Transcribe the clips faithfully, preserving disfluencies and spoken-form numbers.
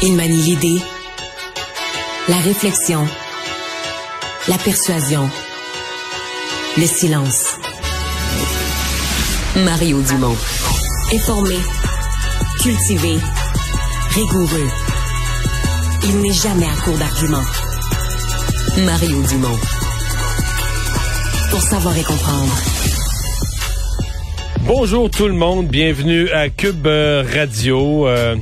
Il manie l'idée, la réflexion, la persuasion, le silence. Mario Dumont. Informé, cultivé, rigoureux. Il n'est jamais à court d'arguments. Mario Dumont. Pour savoir et comprendre. Bonjour tout le monde, bienvenue à Cube Radio. Euh,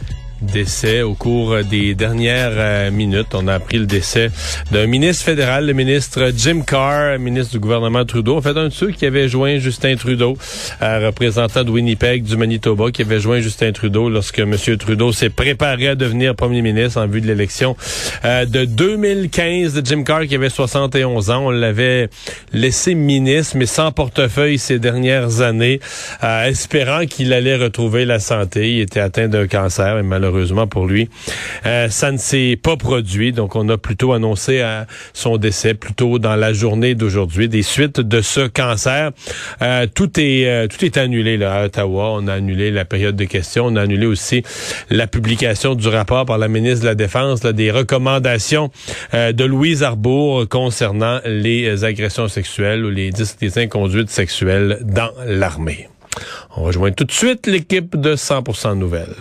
décès au cours des dernières euh, minutes. On a appris le décès d'un ministre fédéral, le ministre Jim Carr, ministre du gouvernement Trudeau. En fait, un de ceux qui avait joint Justin Trudeau, euh, représentant de Winnipeg, du Manitoba, qui avait joint Justin Trudeau lorsque M. Trudeau s'est préparé à devenir premier ministre en vue de l'élection euh, de deux mille quinze de Jim Carr, qui avait soixante et onze ans. On l'avait laissé ministre, mais sans portefeuille ces dernières années, euh, espérant qu'il allait retrouver la santé. Il était atteint d'un cancer, mais malheureusement, Heureusement pour lui, euh, ça ne s'est pas produit. Donc, on a plutôt annoncé euh, son décès plus tôt dans la journée d'aujourd'hui. Des suites de ce cancer, euh, tout est euh, tout est annulé là, à Ottawa. On a annulé la période de questions. On a annulé aussi la publication du rapport par la ministre de la Défense, là, des recommandations euh, de Louise Arbour concernant les agressions sexuelles ou les, les inconduites sexuelles dans l'armée. On rejoint tout de suite l'équipe de cent pour cent Nouvelles.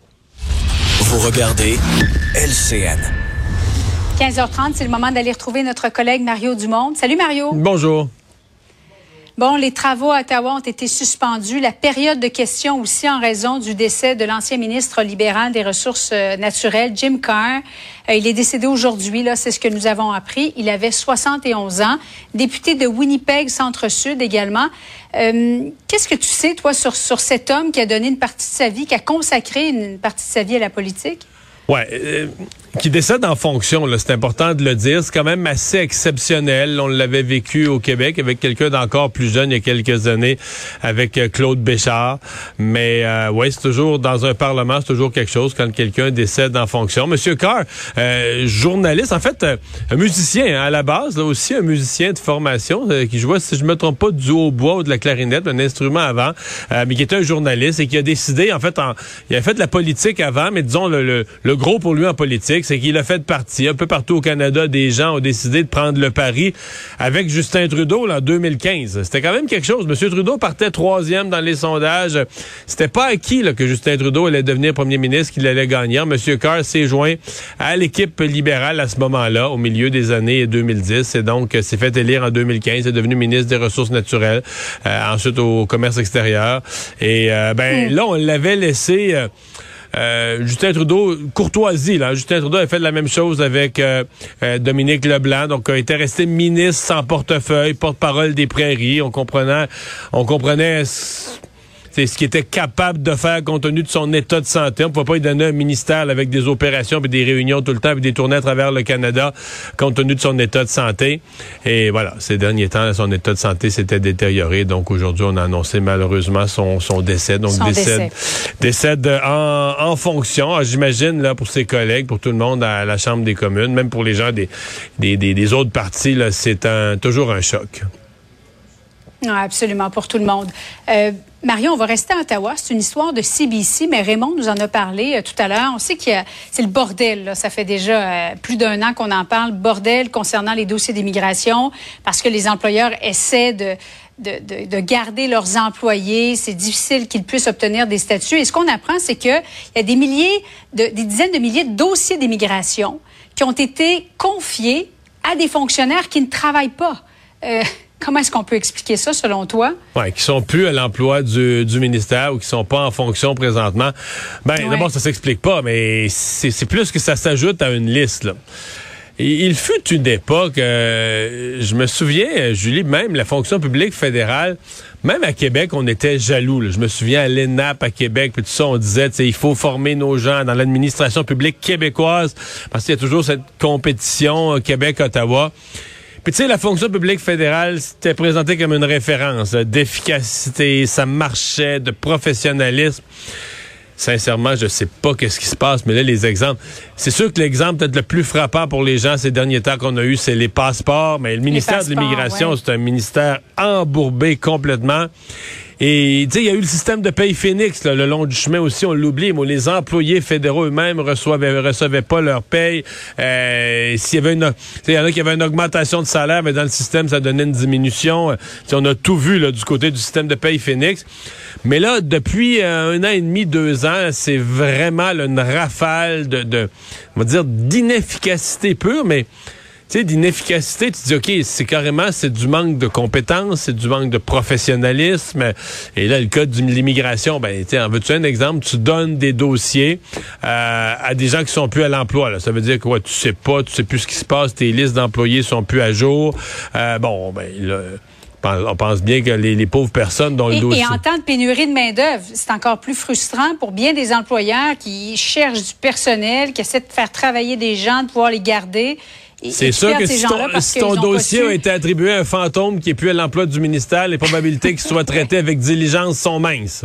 Vous regardez L C N. quinze heures trente, c'est le moment d'aller retrouver notre collègue Mario Dumont. Salut Mario. Bonjour. Bon, les travaux à Ottawa ont été suspendus. La période de questions aussi en raison du décès de l'ancien ministre libéral des Ressources naturelles, Jim Carr. Euh, il est décédé aujourd'hui, là, c'est ce que nous avons appris. Il avait soixante et onze ans, député de Winnipeg Centre-Sud également. Euh, qu'est-ce que tu sais, toi, sur, sur cet homme qui a donné une partie de sa vie, qui a consacré une partie de sa vie à la politique? Ouais, euh, qui décède en fonction, là, c'est important de le dire. C'est quand même assez exceptionnel. On l'avait vécu au Québec avec quelqu'un d'encore plus jeune il y a quelques années, avec euh, Claude Béchard. Mais euh, ouais, c'est toujours dans un parlement, c'est toujours quelque chose quand quelqu'un décède en fonction. Monsieur Carr, euh, journaliste, en fait, euh, un musicien hein, à la base, là aussi un musicien de formation euh, qui jouait, si je me trompe pas, du hautbois ou de la clarinette, un instrument avant, euh, mais qui était un journaliste et qui a décidé, en fait, en, il a fait de la politique avant, mais disons le, le, le gros pour lui en politique, c'est qu'il a fait partie. Un peu partout au Canada, des gens ont décidé de prendre le pari avec Justin Trudeau là, en deux mille quinze. C'était quand même quelque chose. M. Trudeau partait troisième dans les sondages. C'était pas acquis là, que Justin Trudeau allait devenir premier ministre, qu'il allait gagner. M. Carr s'est joint à l'équipe libérale à ce moment-là, au milieu des années deux mille dix. Et donc, s'est fait élire en deux mille quinze. Est devenu ministre des Ressources naturelles. Euh, ensuite, au commerce extérieur. Et euh, ben là, on l'avait laissé... Euh, Euh, Justin Trudeau, courtoisie, là. Justin Trudeau a fait la même chose avec euh, euh, Dominique Leblanc, donc a été resté ministre sans portefeuille, porte-parole des prairies. On comprenait, on comprenait c'est ce qu'il était capable de faire compte tenu de son état de santé. On ne pouvait pas lui donner un ministère là, avec des opérations et des réunions tout le temps et des tournées à travers le Canada compte tenu de son état de santé. Et voilà, ces derniers temps, son état de santé s'était détérioré. Donc aujourd'hui, on a annoncé malheureusement son, son décès. Donc son décède, décès. décède en, en fonction. Alors, j'imagine là pour ses collègues, pour tout le monde à la Chambre des communes, même pour les gens des, des, des, des autres partis, là, c'est un, toujours un choc. Non, absolument, pour tout le monde. Euh, Marion, on va rester à Ottawa. C'est une histoire de C B C, mais Raymond nous en a parlé euh, tout à l'heure. On sait que c'est le bordel. Là. Ça fait déjà euh, plus d'un an qu'on en parle. Bordel concernant les dossiers d'immigration, parce que les employeurs essaient de, de, de, de garder leurs employés. C'est difficile qu'ils puissent obtenir des statuts. Et ce qu'on apprend, c'est qu'il y a des milliers, de, des dizaines de milliers de dossiers d'immigration qui ont été confiés à des fonctionnaires qui ne travaillent pas. Euh, Comment est-ce qu'on peut expliquer ça, selon toi? Oui, qui sont plus à l'emploi du, du ministère ou qui sont pas en fonction présentement. Ben, ouais. D'abord, ça s'explique pas, mais c'est, c'est plus que ça s'ajoute à une liste, là. Et il fut une époque, euh, je me souviens, Julie, même la fonction publique fédérale, même à Québec, on était jaloux. Là. Je me souviens à l'E N A P à Québec, puis tout ça, on disait, il faut former nos gens dans l'administration publique québécoise, parce qu'il y a toujours cette compétition euh, Québec-Ottawa. Puis tu sais, la fonction publique fédérale, c'était présenté comme une référence là, d'efficacité, ça marchait, de professionnalisme. Sincèrement, je sais pas qu'est-ce qui se passe, mais là, les exemples... C'est sûr que l'exemple peut-être le plus frappant pour les gens ces derniers temps qu'on a eu, c'est les passeports. Mais le ministère de l'Immigration, ouais. C'est un ministère embourbé complètement. Et tu sais, il y a eu le système de paye Phoenix là, le long du chemin aussi, on l'oublie, mais les employés fédéraux eux-mêmes recevaient, recevaient pas leur paye. Euh, s'il y avait une, il y en a qui avaient une augmentation de salaire, mais dans le système, ça donnait une diminution. T'sais, on a tout vu là, du côté du système de paye Phoenix. Mais là, depuis euh, un an et demi, deux ans, c'est vraiment là, une rafale de, de, on va dire, d'inefficacité pure, mais tu sais, d'inefficacité, tu dis, OK, c'est carrément, c'est du manque de compétences, c'est du manque de professionnalisme. Et là, le cas de l'immigration, ben, tu sais, en veux-tu un exemple? Tu donnes des dossiers euh, à des gens qui sont plus à l'emploi. Là. Ça veut dire que ouais, tu sais pas, tu sais plus ce qui se passe, tes listes d'employés sont plus à jour. Euh, bon, ben, là, on pense bien que les, les pauvres personnes dont le et, dossier... Et en temps de pénurie de main-d'œuvre, c'est encore plus frustrant pour bien des employeurs qui cherchent du personnel, qui essaient de faire travailler des gens, de pouvoir les garder. Et, c'est et sûr que si ton, si ton dossier a été attribué à un fantôme qui est plus à l'emploi du ministère, les probabilités qu'il soit traité avec diligence sont minces.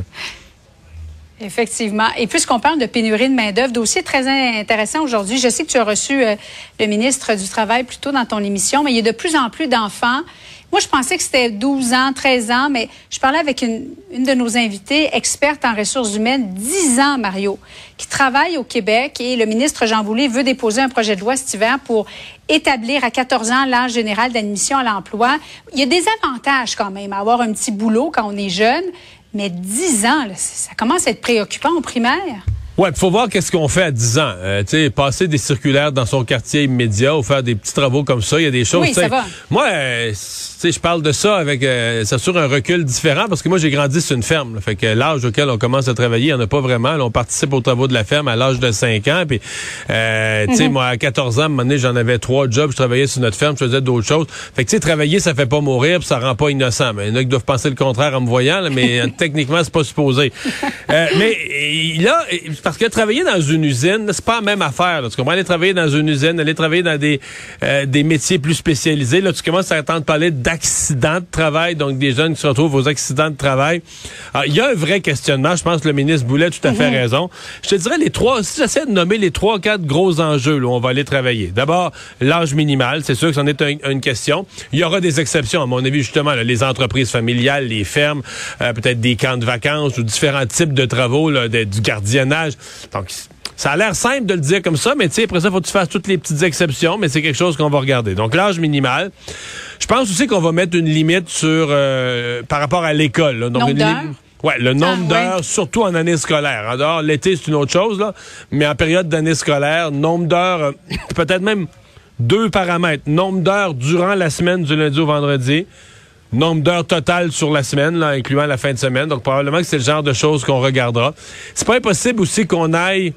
Effectivement. Et puisqu'on parle de pénurie de main-d'œuvre, dossier très intéressant aujourd'hui. Je sais que tu as reçu euh, le ministre du Travail plus tôt dans ton émission, mais il y a de plus en plus d'enfants. Moi, je pensais que c'était douze ans, treize ans, mais je parlais avec une, une de nos invitées, experte en ressources humaines, dix ans, Mario, qui travaille au Québec, et le ministre Jean Boulet veut déposer un projet de loi cet hiver pour établir à quatorze ans l'âge général d'admission à l'emploi. Il y a des avantages quand même à avoir un petit boulot quand on est jeune, mais dix ans, là, ça commence à être préoccupant au primaire. Ouais, il faut voir qu'est-ce qu'on fait à dix ans. Euh, tu sais, passer des circulaires dans son quartier immédiat ou faire des petits travaux comme ça, il y a des choses... Oui, ça va. Moi, euh, tu sais, je parle de ça avec, euh, ça sur un recul différent parce que moi, j'ai grandi sur une ferme. Là, fait que l'âge auquel on commence à travailler, il n'y en a pas vraiment. Là, on participe aux travaux de la ferme à l'âge de cinq ans. Puis, euh, mm-hmm. tu sais, moi, à quatorze ans, à un moment donné, j'en avais trois jobs. Je travaillais sur notre ferme, je faisais d'autres choses. Fait que, tu sais, travailler, ça fait pas mourir puis ça rend pas innocent. Mais il y en a qui doivent penser le contraire en me voyant, là, mais techniquement, c'est pas supposé. Euh, mais là, parce que travailler dans une usine, c'est pas la même affaire. Là. Tu comprends? Aller travailler dans une usine, aller travailler dans des euh, des métiers plus spécialisés. Là, tu commences à entendre parler d'accidents de travail, donc des jeunes qui se retrouvent aux accidents de travail. Alors, il y a un vrai questionnement. Je pense que le ministre Boulet a tout à fait mm-hmm. raison. Je te dirais les trois, si j'essaie de nommer les trois, quatre gros enjeux là, où on va aller travailler. D'abord, l'âge minimal. C'est sûr que c'en est un, une question. Il y aura des exceptions, à mon avis, justement, là, les entreprises familiales, les fermes, euh, peut-être des camps de vacances ou différents types de travaux, là, de, du gardiennage. Donc, ça a l'air simple de le dire comme ça, mais tu sais, après ça, il faut que tu fasses toutes les petites exceptions, mais c'est quelque chose qu'on va regarder. Donc, l'âge minimal. Je pense aussi qu'on va mettre une limite sur euh, par rapport à l'école. Là. Donc, nombre une d'heures? li- ouais, le nombre ah, d'heures, ouais. Surtout en année scolaire. En dehors, l'été, c'est une autre chose, là, mais en période d'année scolaire, nombre d'heures, euh, peut-être même deux paramètres. Nombre d'heures durant la semaine du lundi au vendredi. Nombre d'heures totales sur la semaine, là, incluant la fin de semaine. Donc, probablement que c'est le genre de choses qu'on regardera. C'est pas impossible aussi qu'on aille...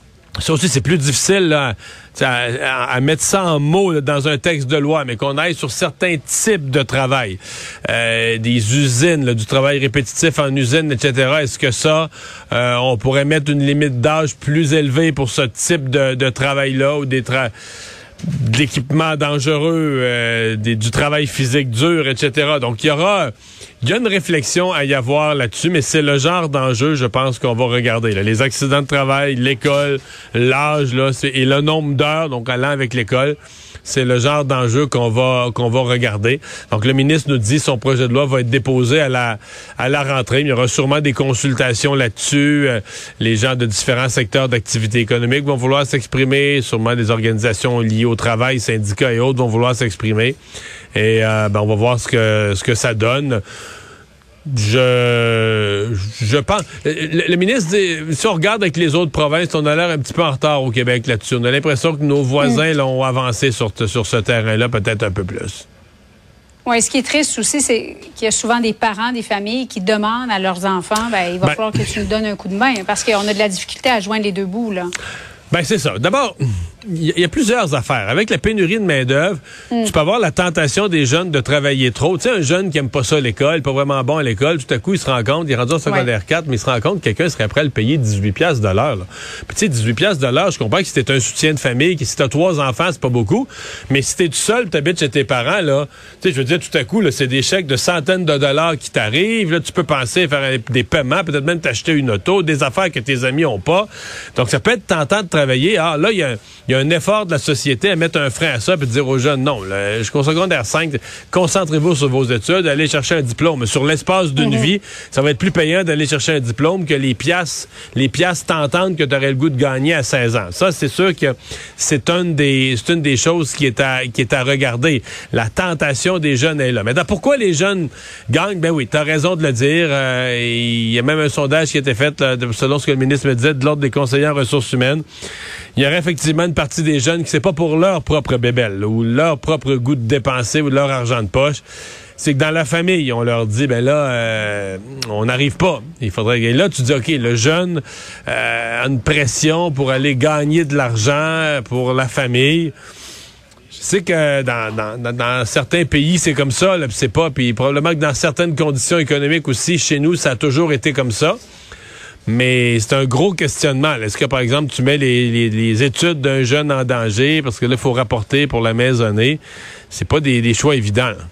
Ça aussi, c'est plus difficile là, à, à, à mettre ça en mots là, dans un texte de loi, mais qu'on aille sur certains types de travail. Euh, des usines, là, du travail répétitif en usine, et cetera. Est-ce que ça, euh, on pourrait mettre une limite d'âge plus élevée pour ce type de, de travail-là ou des travaux... de l'équipement dangereux, euh, des, du travail physique dur, et cetera. Donc, il y aura... Il y a une réflexion à y avoir là-dessus, mais c'est le genre d'enjeu, je pense, qu'on va regarder. Là. Les accidents de travail, l'école, l'âge, là, c'est, et le nombre d'heures, donc allant avec l'école, c'est le genre d'enjeu qu'on va qu'on va regarder. Donc, le ministre nous dit son projet de loi va être déposé à la à la rentrée. Il y aura sûrement des consultations là-dessus. Euh, les gens de différents secteurs d'activité économique vont vouloir s'exprimer. Sûrement des organisations liées au travail, syndicats et autres vont vouloir s'exprimer. Et euh, ben, on va voir ce que ce que ça donne. Je je pense... Le, le ministre dit, si on regarde avec les autres provinces, on a l'air un petit peu en retard au Québec là-dessus. On a l'impression que nos voisins mm. l'ont avancé sur, sur ce terrain-là, peut-être un peu plus. Oui, ce qui est triste aussi, c'est qu'il y a souvent des parents, des familles qui demandent à leurs enfants, ben, il va ben, falloir que tu nous donnes un coup de main, parce qu'on a de la difficulté à joindre les deux bouts, là. Ben, c'est ça. D'abord, il y, y a plusieurs affaires. Avec la pénurie de main-d'œuvre, mm. tu peux avoir la tentation des jeunes de travailler trop. Tu sais, un jeune qui aime pas ça à l'école, pas vraiment bon à l'école, tout à coup, il se rend compte, il est rendu en secondaire ouais. quatre, mais il se rend compte que quelqu'un serait prêt à le payer dix-huit piastres de l'heure. Là. Puis, tu sais, dix-huit piastres de l'heure, je comprends que si t'es un soutien de famille, que si t'as trois enfants, c'est pas beaucoup. Mais si t'es tout seul, t'habites chez tes parents, là, tu sais, je veux dire, tout à coup, là, c'est des chèques de centaines de dollars qui t'arrivent. Là, tu peux penser faire des paiements, peut-être même t'acheter une auto, des affaires que tes amis ont pas. Donc, ça peut être tentant de travailler. Ah, là, il y a, y a a un effort de la société à mettre un frein à ça et dire aux jeunes, non, là, jusqu'au secondaire cinq, concentrez-vous sur vos études, allez chercher un diplôme. Sur l'espace d'une mm-hmm. vie, ça va être plus payant d'aller chercher un diplôme que les piastres, les piastres tentantes que tu aurais le goût de gagner à seize ans. Ça, c'est sûr que c'est une des, c'est une des choses qui est à, qui est à regarder. La tentation des jeunes est là. Mais pourquoi les jeunes gagnent? Ben oui, tu as raison de le dire. Euh, il y a même un sondage qui a été fait, là, selon ce que le ministre me disait, de l'Ordre des conseillers en ressources humaines. Il y aurait effectivement une partie des jeunes qui c'est pas pour leur propre bébelle, là, ou leur propre goût de dépenser, ou leur argent de poche. C'est que dans la famille, on leur dit, ben là, euh, on n'arrive pas. Il faudrait. Et là, tu dis, OK, le jeune euh, a une pression pour aller gagner de l'argent pour la famille. Je sais que dans, dans, dans certains pays, c'est comme ça, là, pis c'est pas. Puis probablement que dans certaines conditions économiques aussi, chez nous, ça a toujours été comme ça. Mais c'est un gros questionnement. Est-ce que, par exemple, tu mets les, les, les études d'un jeune en danger parce que là, il faut rapporter pour la maisonnée? C'est pas des, des choix évidents, là.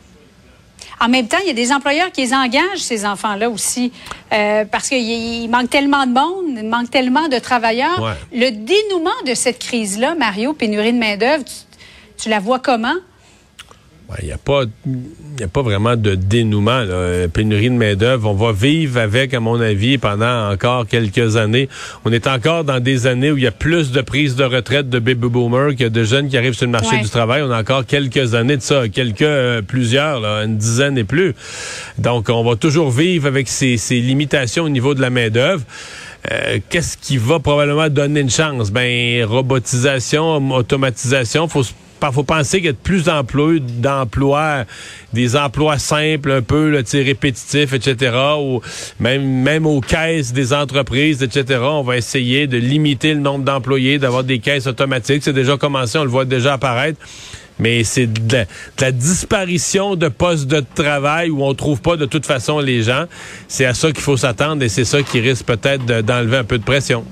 En même temps, il y a des employeurs qui les engagent, ces enfants-là aussi, euh, parce qu'il manque tellement de monde, il manque tellement de travailleurs. Ouais. Le dénouement de cette crise-là, Mario, pénurie de main-d'œuvre, tu, tu la vois comment? Il n'y a pas, y a pas vraiment de dénouement, là. Pénurie de main-d'œuvre. On va vivre avec, à mon avis, pendant encore quelques années. On est encore dans des années où il y a plus de prises de retraite de baby boomers qu'il y a de jeunes qui arrivent sur le marché ouais. du travail. On a encore quelques années de ça, quelques, euh, plusieurs, là, une dizaine et plus. Donc, on va toujours vivre avec ces, ces limitations au niveau de la main-d'œuvre. Euh, qu'est-ce qui va probablement donner une chance? Ben, robotisation, automatisation, faut se Il faut penser qu'il y a de plus en plus d'emplois, des emplois simples, un peu là, répétitifs, et cetera. Ou même, même aux caisses des entreprises, et cetera. On va essayer de limiter le nombre d'employés, d'avoir des caisses automatiques. C'est déjà commencé, on le voit déjà apparaître. Mais c'est de la, de la disparition de postes de travail où on trouve pas de toute façon les gens. C'est à ça qu'il faut s'attendre et c'est ça qui risque peut-être de, d'enlever un peu de pression.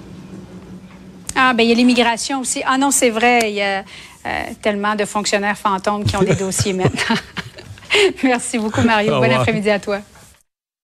Ah, ben il y a l'immigration aussi. Ah non, c'est vrai, il y a euh, tellement de fonctionnaires fantômes qui ont des dossiers maintenant. Merci beaucoup, Mario. Bon après-midi à toi.